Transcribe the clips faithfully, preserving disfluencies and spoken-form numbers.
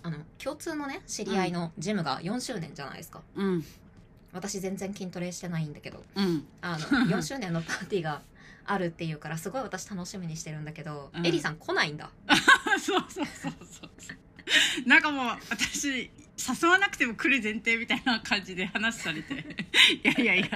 あの共通のね知り合いのジムがよんしゅうねんじゃないですか、 うん、 私全然筋トレしてないんだけど、 うん、 あのよんしゅうねんのパーティーがあるっていうからすごい私楽しみにしてるんだけど、 うん、 エリさん来ないんだそうそうそうそうなんかもう私誘わなくても来る前提みたいな感じで話されていやいやいや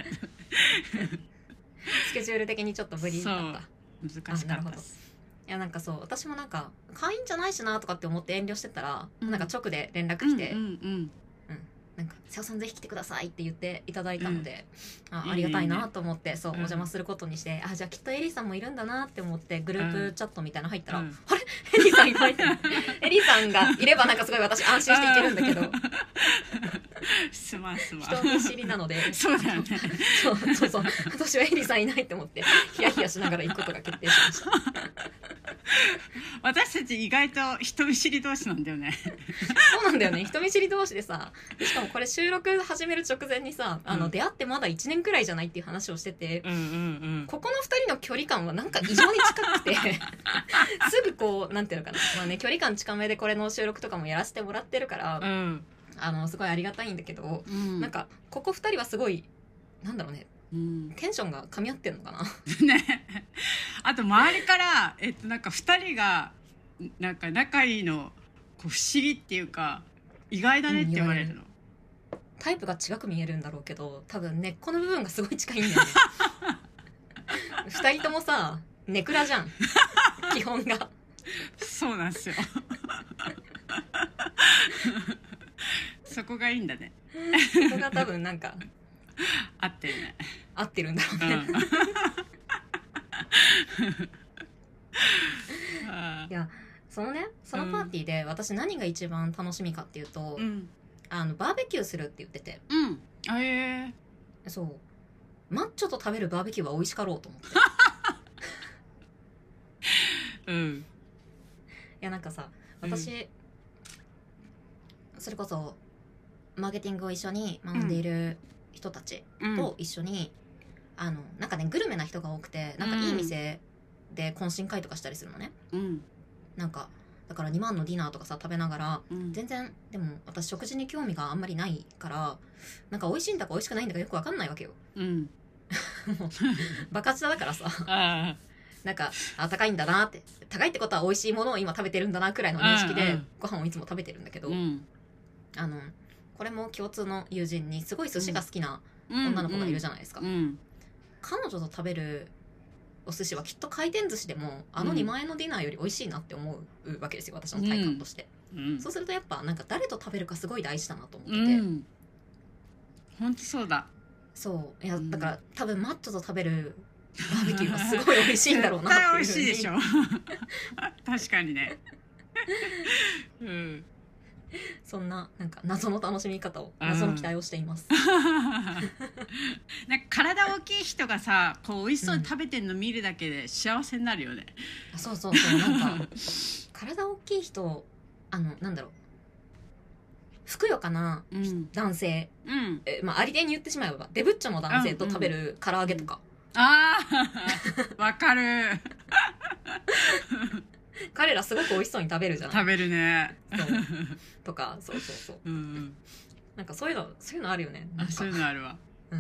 スケジュール的にちょっと無理だった。 難しかったです。 いやなんかそう私もなんか会員じゃないしなとかって思って遠慮してたら、 うん、 なんか直で連絡来て、 うんうんうんなんか瀬尾さんぜひ来てくださいって言っていただいたので、うん、あ, いいねありがたいなと思ってそう、 うん、 お邪魔することにして、あじゃあきっとエリーさんもいるんだなって思ってグループチャットみたいなの入ったら、うん、あれエリーさんいないってエリーさんがいればなんかすごい私安心していけるんだけどすまんすまん人見知りなのでそうだよねそうそうそう私はエリーさんいないって思ってヒヤヒヤしながら行くことが決定しました私たち意外と人見知り同士なんだよねそうなんだよね人見知り同士でさ、しかもこれ収録始める直前にさあの、うん、出会ってまだいちねんくらいじゃないっていう話をしてて、 うんうんうん、 ここのふたりの距離感はなんか異常に近くてすぐこうなんていうのかな、まあね、距離感近めでこれの収録とかもやらせてもらってるから、 うん、 あのすごいありがたいんだけど、 うん、 なんかここふたりはすごいなんだろうね、 うん、 テンションが噛み合ってんのかなね、あと周りから、えっと、なんかふたりがなんか仲いいのこう不思議っていうか意外だねって言われるの、うん、 タイプが違く見えるんだろうけど多分根っこの部分がすごい近いんだよねふたりともさネクラじゃん基本がそうなんですよそこがいいんだねそこが多分なんか合ってるね合ってるんだろうね、うんいやそのねそのパーティーで私何が一番楽しみかっていうと、うん、あのバーベキューするって言ってて、 うん、あえー、そうマッチョと食べるバーベキューは美味しかろうと思ってうんいやなんかさ私、うん、それこそマーケティングを一緒に学んでいる人たちと一緒に、うん、あのなんかねグルメな人が多くてなんかいい店で懇親会とかしたりするのね、うん、なんかだからにまんのディナーとかさ食べながら、うん、全然でも私食事に興味があんまりないからなんか美味しいんだか美味しくないんだかよく分かんないわけよ、うん、もうバカ舌だからさなんかあ高いんだなって高いってことは美味しいものを今食べてるんだなくらいの認識でご飯をいつも食べてるんだけど、うん、あのこれも共通の友人にすごい寿司が好きな女の子がいるじゃないですか、うんうん、彼女と食べるお寿司はきっと回転寿司でもあのにまんえんのディナーより美味しいなって思うわけですよ私の体感として、うん、そうするとやっぱなんか誰と食べるかすごい大事だなと思ってて、うん、 ほんとそうだそういやだから、うん、多分マッチョと食べるバーベキューはすごい美味しいんだろうなっていう絶対美味しいでしょ確かにねうんそんななんか謎の楽しみ方を謎の期待をしています、 うん、なんか体大きい人がさこう美味しそうに食べてるの見るだけで幸せになるよね、 うん、そうそうそうなんか体大きい人あのなんだろうふくよかな男性、うんえまあ、ありていに言ってしまえばデブッチョの男性と食べる唐揚げとか、 うんうん、あーわかる彼らすごく美味しそうに食べるじゃない食べるねそうとかそうそうそう、うん、なんかそういうのそういうのあるよねなんかそういうのあるわ、うん、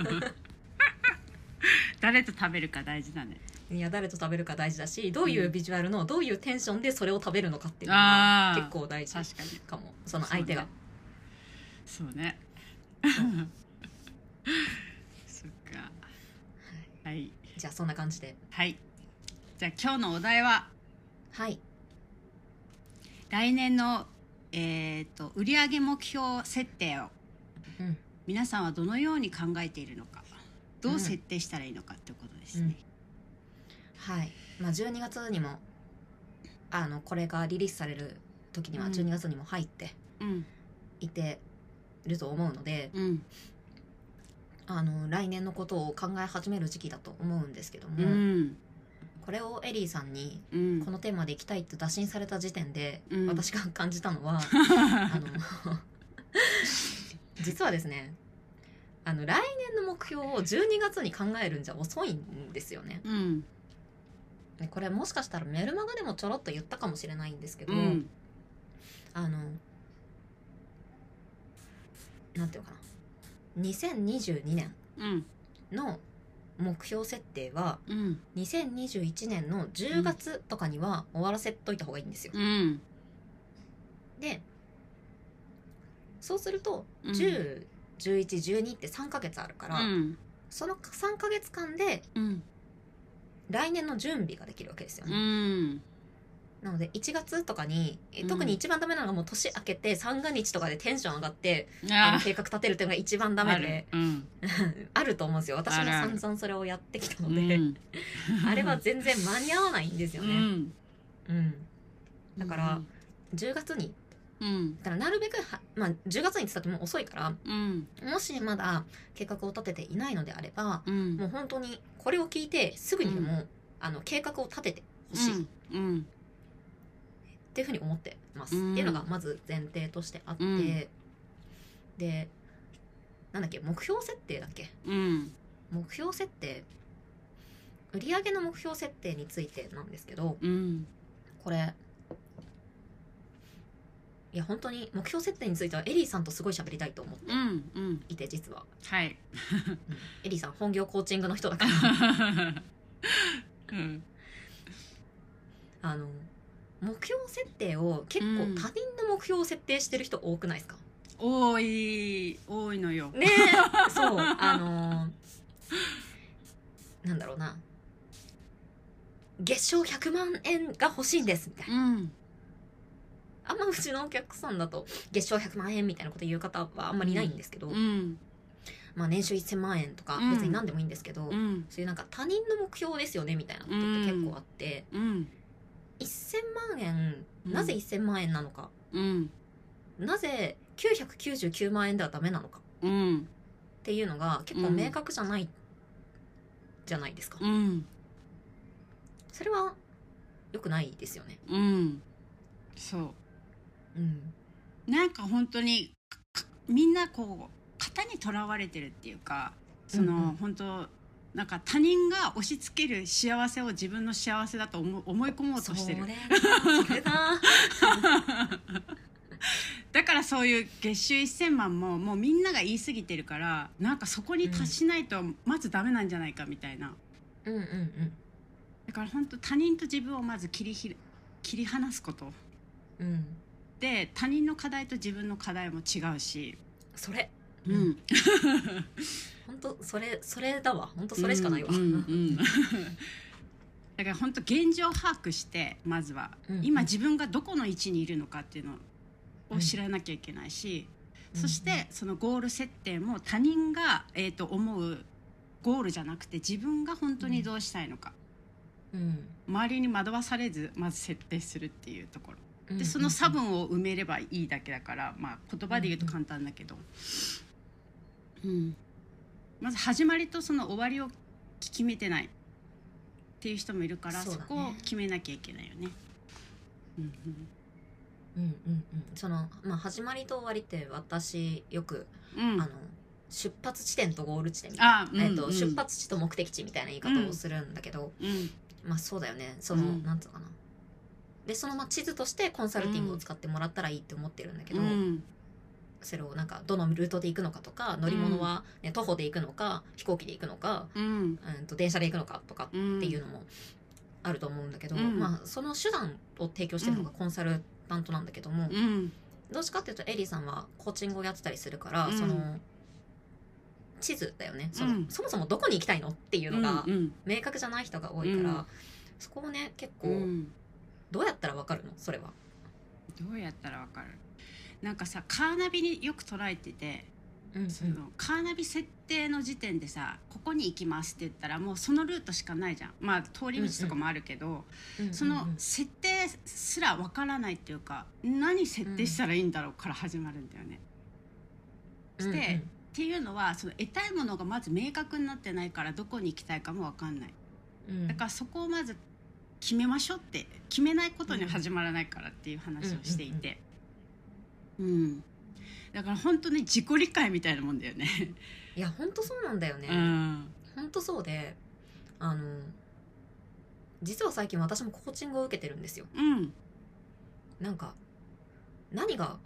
誰と食べるか大事だねいや誰と食べるか大事だしどういうビジュアルの、うん、どういうテンションでそれを食べるのかっていうのが結構大事かもその相手がそうねそっかはい、はい、 じゃあそんな感じではいじゃあ今日のお題ははい来年の、えー、と売上目標設定を、うん、皆さんはどのように考えているのかどう設定したらいいのかっていうことですね、 うんうん、はい、まあ、じゅうにがつにもあのこれがリリースされる時にはじゅうにがつにも入っていてると思うので、うん、あの来年のことを考え始める時期だと思うんですけども、うん、これをエリーさんにこのテーマでいきたいって打診された時点で、うん、私が感じたのはあの実はですねあの来年の目標をじゅうにがつに考えるんじゃ遅いんですよね、うん、これもしかしたらメルマガでもちょろっと言ったかもしれないんですけど、うん、 あのなんていうのかな、にせんにじゅうにねんの目標設定は、うん、にせんにじゅういちねんのじゅうがつとかには終わらせといた方がいいんですよ、うん、でそうするとじゅう、じゅういち、じゅうにってさんかげつあるから、うん、そのさんかげつかんで、うん、来年の準備ができるわけですよね、うん、なのでいちがつとかに、うん、特に一番ダメなのがもう年明けて三が日とかでテンション上がってあの計画立てるっていうのが一番ダメで ある,、うん、あると思うんですよ。私も散々それをやってきたので、うん、あれは全然間に合わないんですよね、うんうん、だからじゅうがつに、うん、だからなるべくは、まあ、じゅうがつにって言ったってもう遅いから、うん、もしまだ計画を立てていないのであれば、うん、もう本当にこれを聞いてすぐにでも、うん、あの計画を立ててほしい、うんうんっていうふうに思ってます、うん、っていうのがまず前提としてあって、うん、でなんだっけ目標設定だっけ、うん、目標設定売上の目標設定についてなんですけど、うん、これいや本当に目標設定についてはエリーさんとすごい喋りたいと思っていて、うんうん、実ははい、うん、エリーさん本業コーチングの人だから、うん、あの目標設定を結構他人の目標を設定してる人多くないですか？ 多い多いのよね。そうあのー、なんだろうな、月賞ひゃくまんえんが欲しいんですみたいな、うん、あんまうちのお客さんだと月賞ひゃくまんえんみたいなこと言う方はあんまりいないんですけど、うん、まあ年収せんまんえんとか別に何でもいいんですけど、うん、そういうなんか他人の目標ですよねみたいなことって結構あって、うん、せんまんえんなぜせんまんえんなのか、うん、なぜきゅうひゃくきゅうじゅうきゅうまんえんではダメなのか、うん、っていうのが結構明確じゃない、うん、じゃないですか、うん、それは良くないですよね、 うん、そう、うん、なんか本当にみんなこう型にとらわれてるっていうか、その、うんうん、本当なんか他人が押し付ける幸せを自分の幸せだと 思, 思い込もうとしてる。それだそれだだからそういう月収せんまんももうみんなが言い過ぎてるから、なんかそこに達しないとまずダメなんじゃないかみたいな、うんうんうん、だから本当他人と自分をまず切りひ切り離すこと、うん、で他人の課題と自分の課題も違うし、 それうん、うん、本当それそれだわ、本当それしかないわ、うんうんうん、だから本当現状把握してまずは、うんうん、今自分がどこの位置にいるのかっていうのを知らなきゃいけないし、うん、そしてそのゴール設定も他人が、えーと思うゴールじゃなくて自分が本当にどうしたいのか、うん、周りに惑わされずまず設定するっていうところで、その差分を埋めればいいだけだから、まあ、言葉で言うと簡単だけど、うんうん、まず始まりとその終わりを決めてないっていう人もいるから、 そ,、ね、そこを決めなきゃいけないよね。うんうんうんうんうん、その、まあ、始まりと終わりって私よく、うん、あの出発地点とゴール地点みたいな、うんうん、えーと、出発地と目的地みたいな言い方をするんだけど、うん、まあそうだよね、その、うん、なんつうのかな、でそのまあ地図としてコンサルティングを使ってもらったらいいって思ってるんだけど、うん、それをなんかどのルートで行くのかとか、乗り物は、ね、徒歩で行くのか飛行機で行くのか、うん、うんと電車で行くのかとかっていうのもあると思うんだけど、うん、まあ、その手段を提供してるのがコンサルタントなんだけども、うん、どっちかっていうとエリーさんはコーチングをやってたりするから、うん、その地図だよね、その、うん、そもそもどこに行きたいのっていうのが明確じゃない人が多いから、うん、そこをね結構、うん、どうやったら分かるの？それはどうやったら分かる？なんかさ、カーナビによく捉えてて、うんうん、そのカーナビ設定の時点でさ、ここに行きますって言ったらもうそのルートしかないじゃん。まあ通り道とかもあるけど、うんうん、その設定すら分からないっていうか、何設定したらいいんだろうから始まるんだよね、うん、して、うんうん、っていうのはその得たいものがまず明確になってないから、どこに行きたいかも分かんない、うん、だからそこをまず決めましょうって、決めないことに始まらないからっていう話をしていて、うん、うんうんうん、だから本当に自己理解みたいなもんだよね。 いや本当そうなんだよね、うん、本当そうで、あの実は最近私もコーチングを受けてるんですよ、うん、なんか何が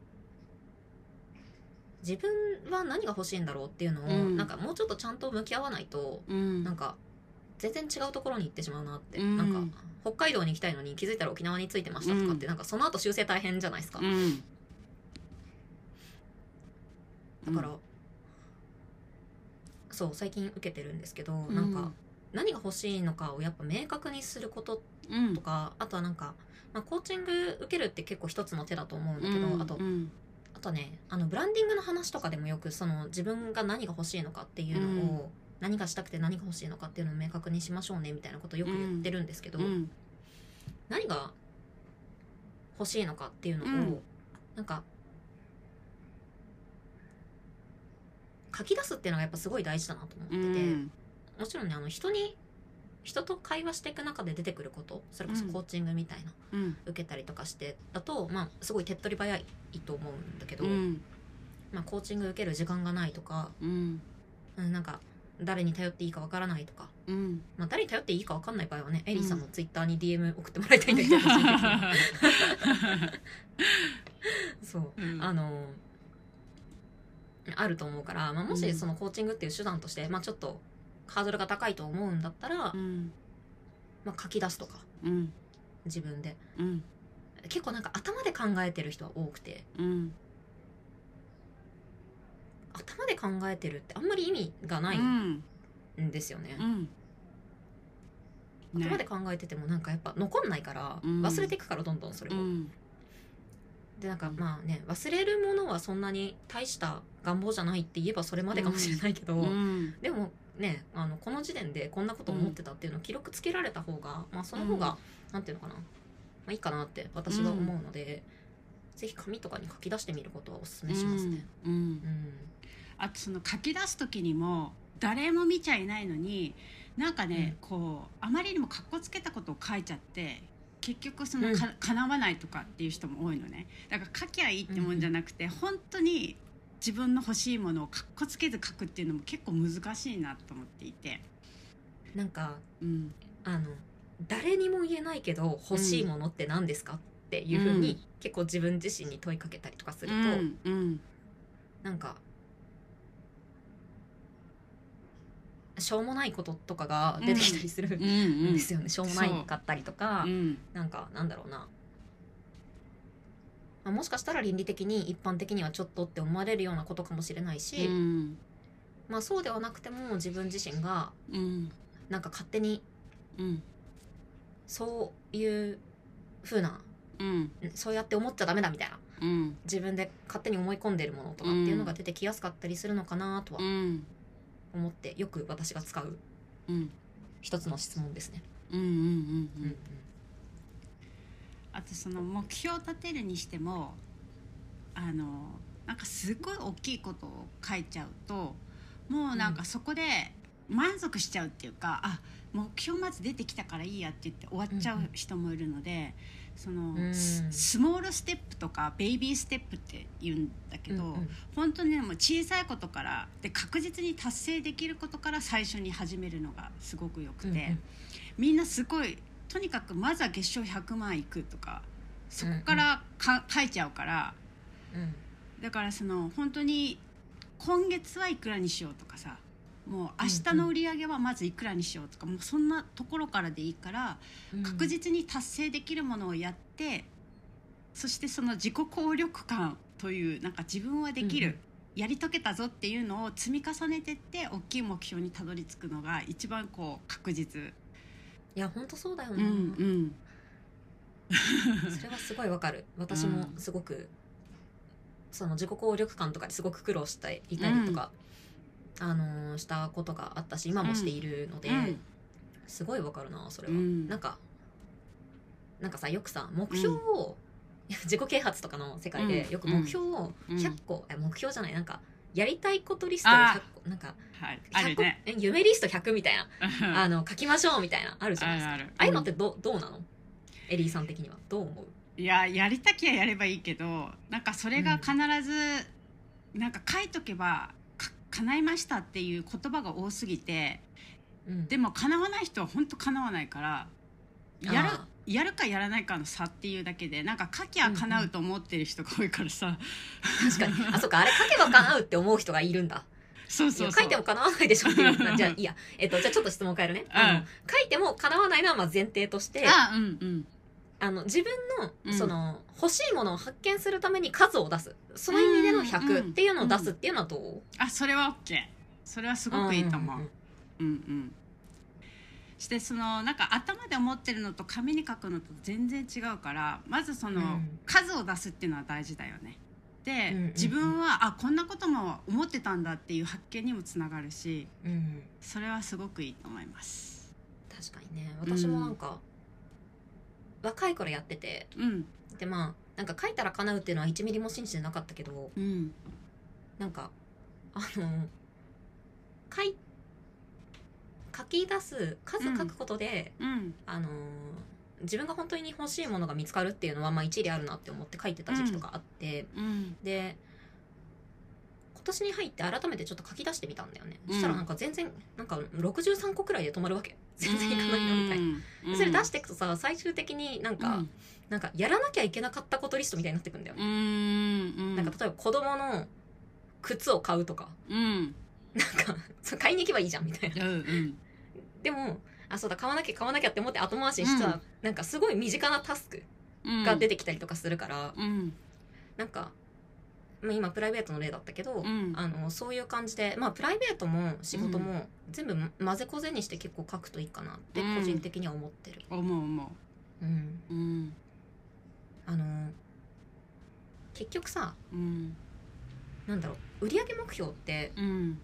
自分は何が欲しいんだろうっていうのを、うん、なんかもうちょっとちゃんと向き合わないと、うん、なんか全然違うところに行ってしまうなって、うん、なんか北海道に行きたいのに気づいたら沖縄に着いてましたとかって、うん、なんかその後修正大変じゃないですか、うん、だから、うん、そう最近受けてるんですけど、うん、なんか何が欲しいのかをやっぱ明確にすることとか、うん、あとはなんか、まあ、コーチング受けるって結構一つの手だと思うんだけど、うん、あと、うん、あとねあのブランディングの話とかでもよくその自分が何が欲しいのかっていうのを、うん、何がしたくて何が欲しいのかっていうのを明確にしましょうねみたいなことをよく言ってるんですけど、うん、何が欲しいのかっていうのを、うん、なんか書き出すっていうのがやっぱすごい大事だなと思ってて、うん、もちろんねあの人に人と会話していく中で出てくることそれこそコーチングみたいな、うん、受けたりとかしてだと、まあ、すごい手っ取り早いと思うんだけど、うんまあ、コーチング受ける時間がないとか、うんうん、なんか誰に頼っていいかわからないとか、うんまあ、誰に頼っていいかわかんない場合はね、うん、エリーさんのツイッターに ディーエム 送ってもらいたいんだけどそう、うん、あのあると思うから、まあ、もしそのコーチングっていう手段として、まあ、ちょっとハードルが高いと思うんだったら、うんまあ、書き出すとか、うん、自分で、うん、結構なんか頭で考えてる人は多くて、うん、頭で考えてるってあんまり意味がないんですよね、うんね、頭で考えててもなんかやっぱ残んないから忘れていくからどんどんそれも、うん、でなんかまあね忘れるものはそんなに大した願望じゃないって言えばそれまでかもしれないけど、うん、でもねあのこの時点でこんなこと思ってたっていうのを記録つけられた方が、まあ、その方が、うん、なんていうのかな、まあ、いいかなって私は思うので、うん、ぜひ紙とかに書き出してみることはおすすめしますね、うんうんうん、 あとその書き出す時にも誰も見ちゃいないのになんかね、うん、こうあまりにもかっこつけたことを書いちゃって結局そのか、うん、叶わないとかっていう人も多いのね。だから書きゃいいってもんじゃなくて、うん、本当に自分の欲しいものをかっこつけず書くっていうのも結構難しいなと思っていて、 なんか、うん、あの誰にも言えないけど欲しいものって何ですかっていうふうに、うん、結構自分自身に問いかけたりとかすると、うんうん、なんかしょうもないこととかが出てきたりするんですよね、うんうんうん、しょうもないかったりとか、うん、なんかなんだろうな、まあ、もしかしたら倫理的に一般的にはちょっとって思われるようなことかもしれないし、うん、まあそうではなくても自分自身がなんか勝手にそういう風な、うん、そうやって思っちゃダメだみたいな、うん、自分で勝手に思い込んでるものとかっていうのが出てきやすかったりするのかなとは思ってよく私が使う一つの質問ですね。うんうんうんうん、 あとその目標を立てるにしてもあのなんかすごい大きいことを書いちゃうともうなんかそこで満足しちゃうっていうか、うん、あ目標まず出てきたからいいやって言って終わっちゃう人もいるので、その、うん、スモールステップとかベイビーステップって言うんだけど、うんうん、本当にでも小さいことからで確実に達成できることから最初に始めるのがすごくよくて、うんうん、みんなすごいとにかくまずは月賞ひゃくまんいくとかそこからか、うんうん、書いちゃうから、うん、だからその本当に今月はいくらにしようとかさ、もう明日の売り上げはまずいくらにしようとか、もうそんなところからでいいから確実に達成できるものをやって、そしてその自己効力感というなんか自分はできる、やり遂げたぞっていうのを積み重ねてって大きい目標にたどり着くのが一番こう確実。 いや本当そうだよね、うんうん、それはすごいわかる。私もすごく、うん、その自己効力感とかですごく苦労していたりとか、うんあのー、したことがあったし今もしているので、うん、すごいわかるなそれは、うん、なんかなんかさよくさ目標を、うん、自己啓発とかの世界でよく目標をひゃっこ、うん、目標じゃないなんかやりたいことリストをひゃっこなんかひゃっこ、ね、夢リストひゃくみたいなあの書きましょうみたいなあるじゃないですか。 あ, あ, あ, ああいうのってど, どうなのエリーさん的にはどう思う？ いややりたきゃやればいいけどなんかそれが必ず、うん、なんか書いとけば叶いましたっていう言葉が多すぎて、うん、でも叶わない人は本当叶わないからやるやるかやらないかの差っていうだけでなんか書きゃ叶うと思ってる人が多いからさ、 うんうん、確かにあそっかあれ書けば叶うって思う人がいるんだ。 そうそうそう、 書いても叶わないでしょっていうじゃあいいや、えっと、じゃあちょっと質問変えるね、うん、あの書いても叶わないのはまあ前提として、 あ、うんうん、 あの自分のその、うん、欲しいものを発見するために数を出す、その意味でのひゃくっていうのを出すっていうのはどう？うんうん、 あ、それは OK、 それはすごくいいと思う。うんうん、うんうんしてそのなんか頭で思ってるのと紙に書くのと全然違うから、まずその、うん、数を出すっていうのは大事だよね。で、うんうんうん、自分はあこんなことも思ってたんだっていう発見にもつながるし、うん、それはすごくいいと思います。 確かにね、私もなんか、うん、若い頃やってて、うん、でまあなんか書いたら叶うっていうのはいちミリも信じてなかったけど、うん、なんかあの書い書き出す数書くことで、うん、あのー、自分が本当に欲しいものが見つかるっていうのはまあ一理あるなって思って書いてた時期とかあって、うん、で今年に入って改めてちょっと書き出してみたんだよね、うん、そしたらなんか全然なんかろくじゅうさんこくらいで止まるわけ、全然いかないよみたいな、うん、それ出していくとさ最終的になんか、うん、なんかやらなきゃいけなかったことリストみたいになってくんだよね、うん、なんか例えば子供の靴を買うとか、うん、なんか買いに行けばいいじゃんみたいな、うんうんでもあそうだ買わなきゃ買わなきゃって思って後回しにしたら、うん、なんかすごい身近なタスクが出てきたりとかするから、うん、なんか、まあ、今プライベートの例だったけど、うん、あのそういう感じで、まあ、プライベートも仕事も全部混ぜこぜにして結構書くといいかなって個人的には思ってる、 うん、思う思う、うんうん、 あの結局さ、うん、なんだろう売上目標って、うん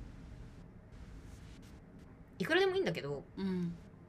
いくらでもいいんだけど、うん、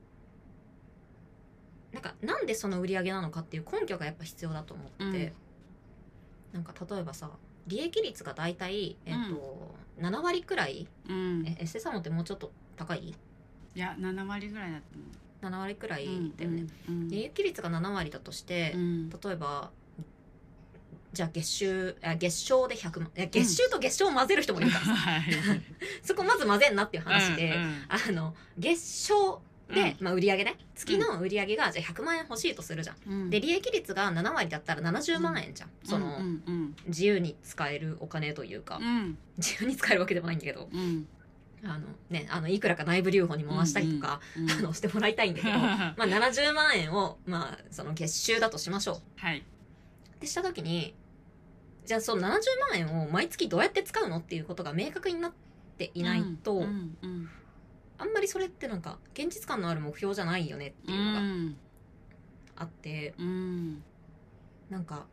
なんかなんでその売り上げなのかっていう根拠がやっぱ必要だと思ってて、うん、なんか例えばさ利益率がだいたい、えっとうん、ななわりくらい、うん、えエステサロンってもうちょっと高い？ いやななわりぐらいだと思う。 ななわりくらいだよね、うんうん、利益率がななわりだとして、うん、例えばじゃあ月収あ月賞でひゃくまん、いや月収と月賞を混ぜる人もいるからさ、うん、そこまず混ぜんなっていう話で、うんうん、あの月賞で、まあ、売り上げね月の売り上げがじゃあひゃくまんえん欲しいとするじゃん、うん、で利益率がななわりだったらななじゅうまんえんじゃん、うん、その、うんうん、自由に使えるお金というか、うん、自由に使えるわけでもないんだけど、うんあのね、あのいくらか内部留保に回したりとか、うんうん、あのしてもらいたいんだけどまあななじゅうまんえんを、まあ、その月収だとしましょう、はい、ってした時にじゃあそのななじゅうまんえんを毎月どうやって使うのっていうことが明確になっていないと、うんうんうん、あんまりそれってなんか現実感のある目標じゃないよねっていうのがあって、うん、なんか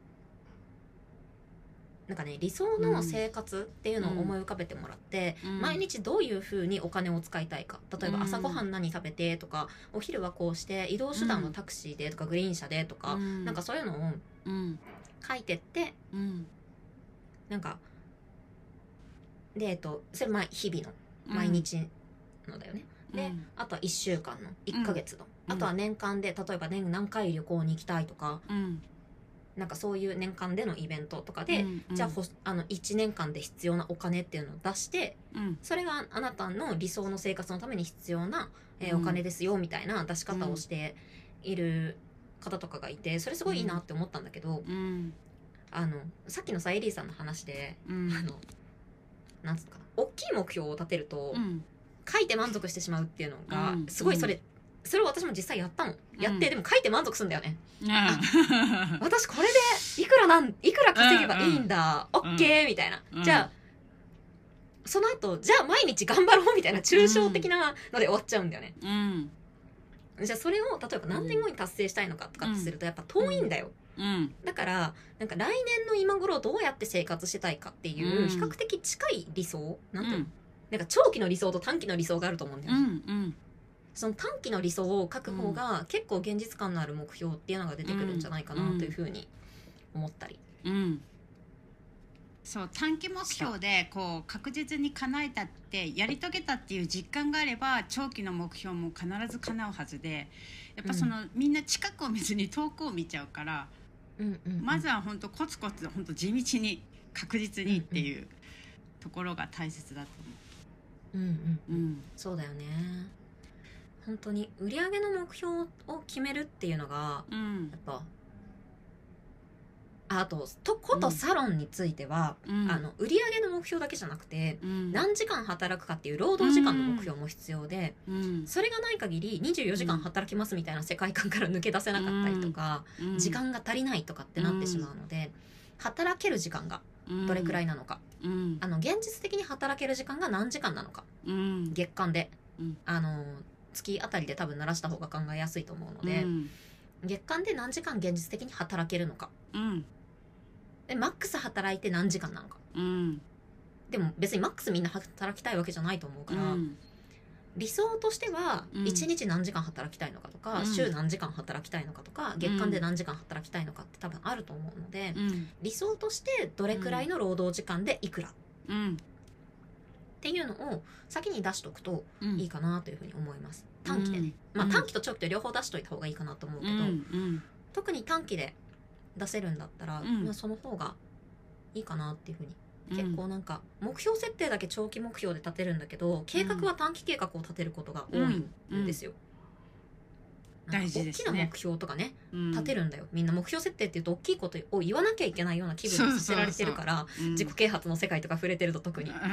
なんかね理想の生活っていうのを思い浮かべてもらって、うん、毎日どういう風にお金を使いたいか、例えば朝ごはん何食べてとか、お昼はこうして移動手段はタクシーでとかグリーン車でとか、うん、なんかそういうのを書いてって、うん、なんかで、えっと、それまあ日々の毎日のだよね、うん、であとはいっしゅうかんのいっかげつの、うん、あとは年間で例えば年何回旅行に行きたいとか、うん、なんかそういう年間でのイベントとかで、うんうん、じゃあ、あのいちねんかんで必要なお金っていうのを出して、うん、それがあなたの理想の生活のために必要な、えー、お金ですよみたいな出し方をしている方とかがいて、それすごいいいなって思ったんだけど、うん、あのさっきのさエリーさんの話で、うん、あのなんつうかな大きい目標を立てると、うん、書いて満足してしまうっていうのが、うん、すごいそれ、うん、それを私も実際やったの、やって、うん、でも書いて満足するんだよね、うん、あ私これでいくらなんいくら稼げばいいんだ、うん、オッケーみたいな、うん、じゃあその後じゃあ毎日頑張ろうみたいな抽象的なので終わっちゃうんだよね、うん、じゃあそれを例えば何年後に達成したいのかとかってするとやっぱ遠いんだよ、うん、だからなんか来年の今頃どうやって生活してたいかっていう比較的近い理想、なんていうの、うん、なんか長期の理想と短期の理想があると思うんだよね、うんうん、その短期の理想を書く方が結構現実感のある目標っていうのが出てくるんじゃないかなというふうに思ったり、うんうん、 そう短期目標でこう確実に叶えたってやり遂げたっていう実感があれば長期の目標も必ず叶うはずで、やっぱその、うん、みんな近くを見ずに遠くを見ちゃうから、うんうんうん、まずは本当コツコツ本当地道に確実にっていうところが大切だと思う。 うんうんうん、そうだよね。 本当に売上の目標を決めるっていうのが、 うん、 やっぱあととことサロンについては、うん、あの売上の目標だけじゃなくて、うん、何時間働くかっていう労働時間の目標も必要で、うん、それがない限りにじゅうよじかん働きますみたいな世界観から抜け出せなかったりとか、うん、時間が足りないとかってなってしまうので、働ける時間がどれくらいなのか、うん、あの現実的に働ける時間が何時間なのか、うん、月間で、うん、あの月あたりで多分鳴らした方が考えやすいと思うので、うん、月間で何時間現実的に働けるのか、うん、でマックス働いて何時間なのか、うん、でも別にマックスみんな働きたいわけじゃないと思うから、うん、理想としてはいちにち何時間働きたいのかとか、うん、週何時間働きたいのかとか、月間で何時間働きたいのかって多分あると思うので、うん、理想としてどれくらいの労働時間でいくら、うん、っていうのを先に出しておくといいかなというふうに思います。短期でね、うん、まあ短期と長期と両方出しといた方がいいかなと思うけど、うんうん、特に短期で出せるんだったら、うん、まあ、その方がいいかなっていうふうに、うん、結構なんか目標設定だけ長期目標で立てるんだけど、計画は短期計画を立てることが多いんですよ、うんうん、大事ですね。大きな目標とかね、うん、立てるんだよ。みんな目標設定っていうと大きいことを言わなきゃいけないような気分にさせられてるから、そうそうそう、うん、自己啓発の世界とか触れてると特に、うん、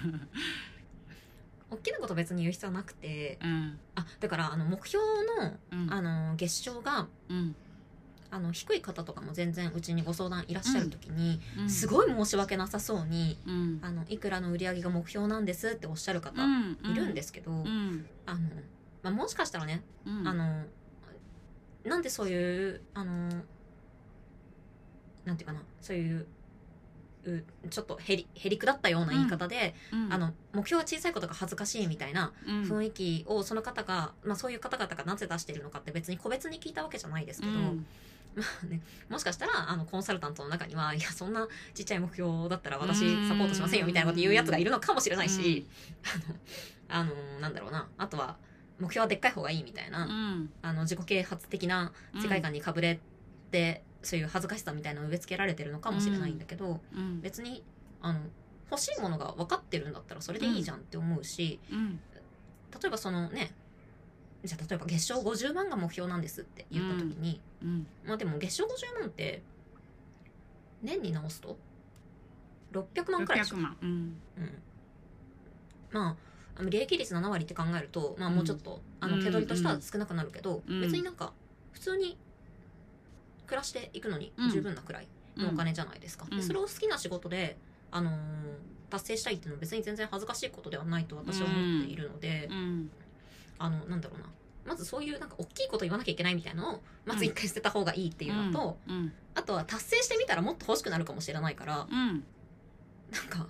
大きなこと別に言う必要はなくて、うん、あだからあの目標の、うん、あの月賞が、うん、あの低い方とかも全然うちにご相談いらっしゃる時に、うん、すごい申し訳なさそうに、うん、あのいくらの売り上げが目標なんですっておっしゃる方いるんですけど、うんうん、あのまあ、もしかしたらね、うん、あのなんでそういうあのなんていうかな、そういうちょっとへりへりくだったような言い方で、うんうん、あの目標が小さいことが恥ずかしいみたいな雰囲気をその方が、まあ、そういう方々がなぜ出しているのかって別に個別に聞いたわけじゃないですけど、うん、まあね、もしかしたらあのコンサルタントの中にはいやそんなちっちゃい目標だったら私サポートしませんよみたいなこと言うやつがいるのかもしれないし、うん、あのあのなんだろうな、あとは目標はでっかい方がいいみたいな、うん、あの自己啓発的な世界観にかぶれて、うん、そういう恥ずかしさみたいなのを植え付けられてるのかもしれないんだけど、うん、別にあの欲しいものが分かってるんだったらそれでいいじゃんって思うし、うん、例えばそのね、じゃあ例えば月賞ごじゅうまんが目標なんですって言った時に、うんうん、まあでも月賞ごじゅうまんって年に直すとろっぴゃくまんくらいでしょ。ろっぴゃくまん、うんうん、まあ利益率ななわりって考えると、まあ、もうちょっと、うん、あの手取りとしては少なくなるけど、うん、別になんか普通に暮らしていくのに十分なくらいのお金じゃないですか、うん、でそれを好きな仕事で、あのー、達成したいっていうのは別に全然恥ずかしいことではないと私は思っているので、うん、あのなんだろうな、まずそういうなんか大きいこと言わなきゃいけないみたいなのをまず一回捨てた方がいいっていうのと、うんうん、あとは達成してみたらもっと欲しくなるかもしれないから、うん、なんか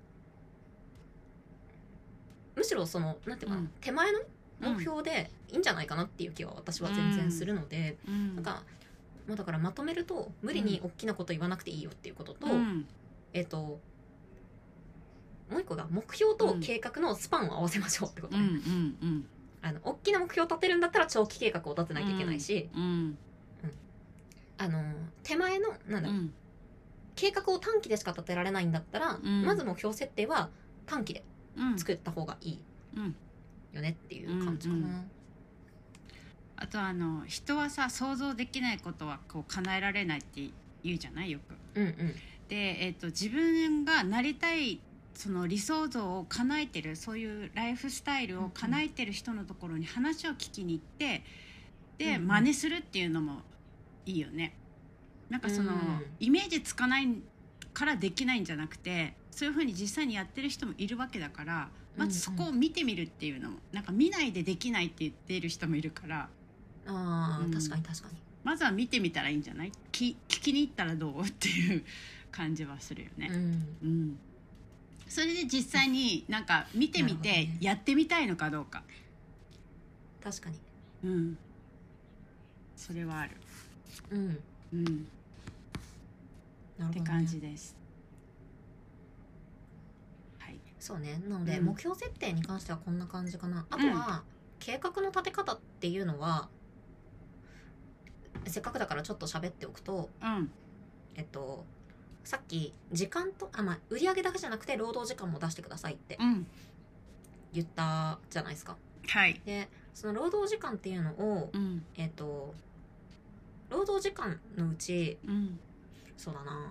むしろそのなんていうかな、うん、手前の目標でいいんじゃないかなっていう気は私は全然するので、うん、なんか、まあ、だからまとめると無理に大きなこと言わなくていいよっていうことと、うん、えっともう一個が目標と計画のスパンを合わせましょうってことね、うんうんうん、あの大きな目標を立てるんだったら長期計画を立てなきゃいけないし、うんうん、あの手前のなんだろう、うん、計画を短期でしか立てられないんだったら、うん、まず目標設定は短期で作った方がいいよねっていう感じかな、うんうんうん、 あとあの人はさ、想像できないことはこう叶えられないって言うじゃないよく、うんうん、で、えーと、自分がなりたいその理想像を叶えてる、そういうライフスタイルを叶えてる人のところに話を聞きに行って、で、うんうん、真似するっていうのもいいよね。なんかその、うん、イメージつかないからできないんじゃなくて、そういう風に実際にやってる人もいるわけだから、まずそこを見てみるっていうのも、なんか見ないでできないって言っている人もいるから、 あ、うん、確かに確かに、 まずは見てみたらいいんじゃない、聞きに行ったらどうっていう感じはするよね、うんうん、それで実際になんか見てみてやってみたいのかどうか、 確かに、 うん、それはある、うんうん、なるほどね、って感じです。はい、 そうね。なので、うん、目標設定に関してはこんな感じかな。あとは、うん、計画の立て方っていうのはせっかくだからちょっと喋っておくと、うん、えっとさっき時間とあ、まあ、売上だけじゃなくて労働時間も出してくださいって言ったじゃないですか。 はい。 でその労働時間っていうのを、 うん、 えっ、と労働時間のうち、 うん、 そうだな、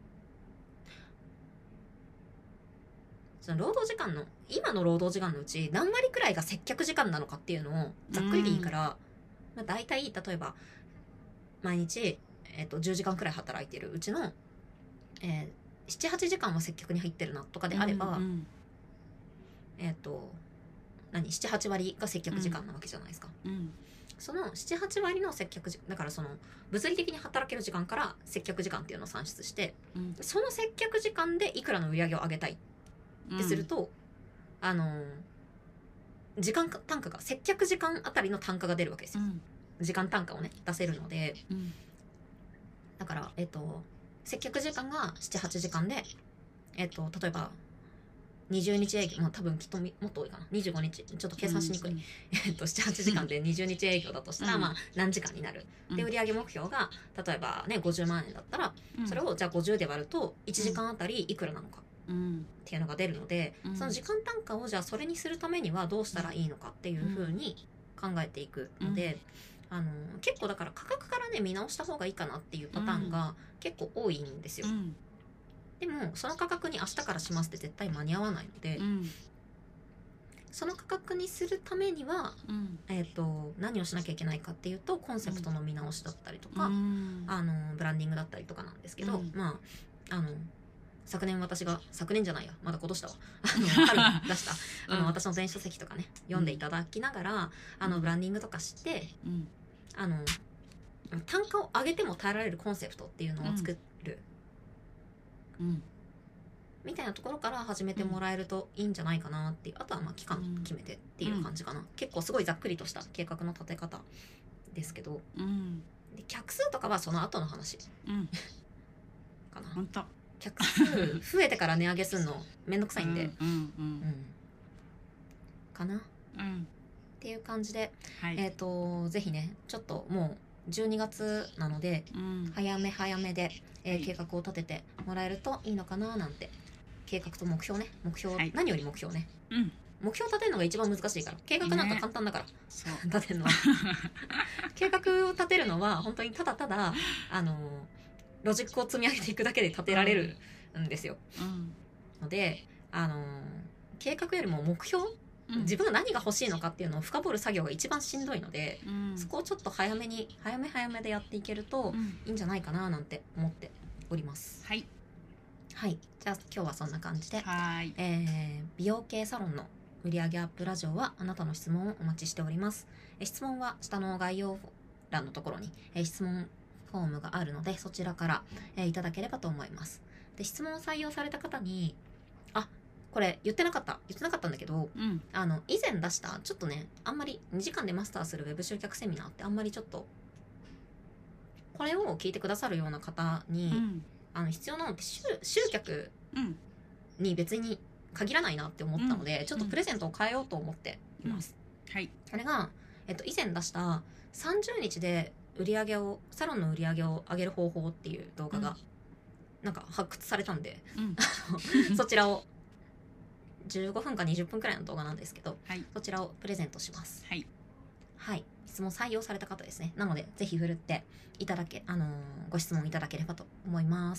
その労働時間の今の労働時間のうち何割くらいが接客時間なのかっていうのをざっくりでいいから、まあ、大体例えば毎日、えー、とじゅうじかんくらい働いてるうちの、えー、ななはちじかんは接客に入ってるなとかであれば、 うんうん、 えっ、と何ななはち割が接客時間なわけじゃないですか、 うん、 そのななはち割の接客時だから、その物理的に働ける時間から接客時間っていうのを算出して、 うん、 その接客時間でいくらの売り上げを上げたいってすると、うん、あの時間単価が接客時間あたりの単価が出るわけですよ、うん、時間単価をね出せるので、うん、だからえっ、と接客時間がななはちじかんで、えっ、と例えばにじゅうにち営業、まあ多分きっともっと多いかな、にじゅうごにち、ちょっと計算しにくい、うん、えっとななはちじかんでにじゅうにち営業だとしたら、うん、まあ何時間になる、うん、で売上目標が例えばねごじゅうまんえんだったら、うん、それをじゃあごじゅうで割るといちじかんあたりいくらなのか、うん、っていうのが出るので、うん、その時間単価をじゃあそれにするためにはどうしたらいいのかっていうふうに考えていくので、うん、あの結構だから価格からね見直した方がいいかなっていうパターンが結構多いんですよ、うん、でもその価格に明日からしますって絶対間に合わないので、うん、その価格にするためには、うん、えーと、何をしなきゃいけないかっていうとコンセプトの見直しだったりとか、うん、あのブランディングだったりとかなんですけど、うん、まああの昨年私が昨年じゃないやまだ今年だわあの春に出したあの、うん、私の電子書籍とかね読んでいただきながら、うん、あのブランディングとかして、うん、あの単価を上げても耐えられるコンセプトっていうのを作る、うん、みたいなところから始めてもらえるといいんじゃないかなっていう、あとはまあ期間決めてっていう感じかな、うん、結構すごいざっくりとした計画の立て方ですけど、うん、で客数とかはその後の話、うん、かな。 本当客数増えてから値上げするのめんどくさいんで、うんうんうんうん、かな、うん、っていう感じで、はい、えっとぜひねちょっともうじゅうにがつなので、うん、早め早めで、えー、計画を立ててもらえるといいのかななんて、計画と目標ね目標、はい、何より目標ね、うん、目標立てるのが一番難しいから、計画なんか簡単だから、ね、立てるのは計画を立てるのは本当にただただあのロジックを積み上げていくだけで立てられるんですよ、うん、のであの計画よりも目標、うん、自分が何が欲しいのかっていうのを深掘る作業が一番しんどいので、うん、そこをちょっと早めに早め早めでやっていけるといいんじゃないかななんて思っております、 はいはい、じゃあ今日はそんな感じで、はい、えー、美容系サロンの売上アップラジオはあなたの質問をお待ちしております。え質問は下の概要欄のところにえ質問フォームがあるのでそちらからえいただければと思います。で質問を採用された方に、あこれ言ってなかった言ってなかったんだけど、うん、あの以前出したちょっとねあんまりにじかんでマスターするウェブ集客セミナーってあんまりちょっとこれを聞いてくださるような方に、うん、あの必要なのって 集, 集客に別に限らないなって思ったので、うん、ちょっとプレゼントを変えようと思っています、うん、はい。それが、えっと、以前出したさんじゅうにちで売り上げをサロンの売り上げを上げる方法っていう動画が、うん、なんか発掘されたんで、うん、そちらをじゅうごふんかにじゅっぷんくらいの動画なんですけど、はい、そちらをプレゼントします。はい、はい、質問採用された方ですね。なのでぜひ振るっていただけ、あのー、ご質問いただければと思います。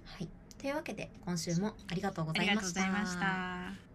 はい、 はい、というわけで今週もありがとうございました。 ありがとうございました。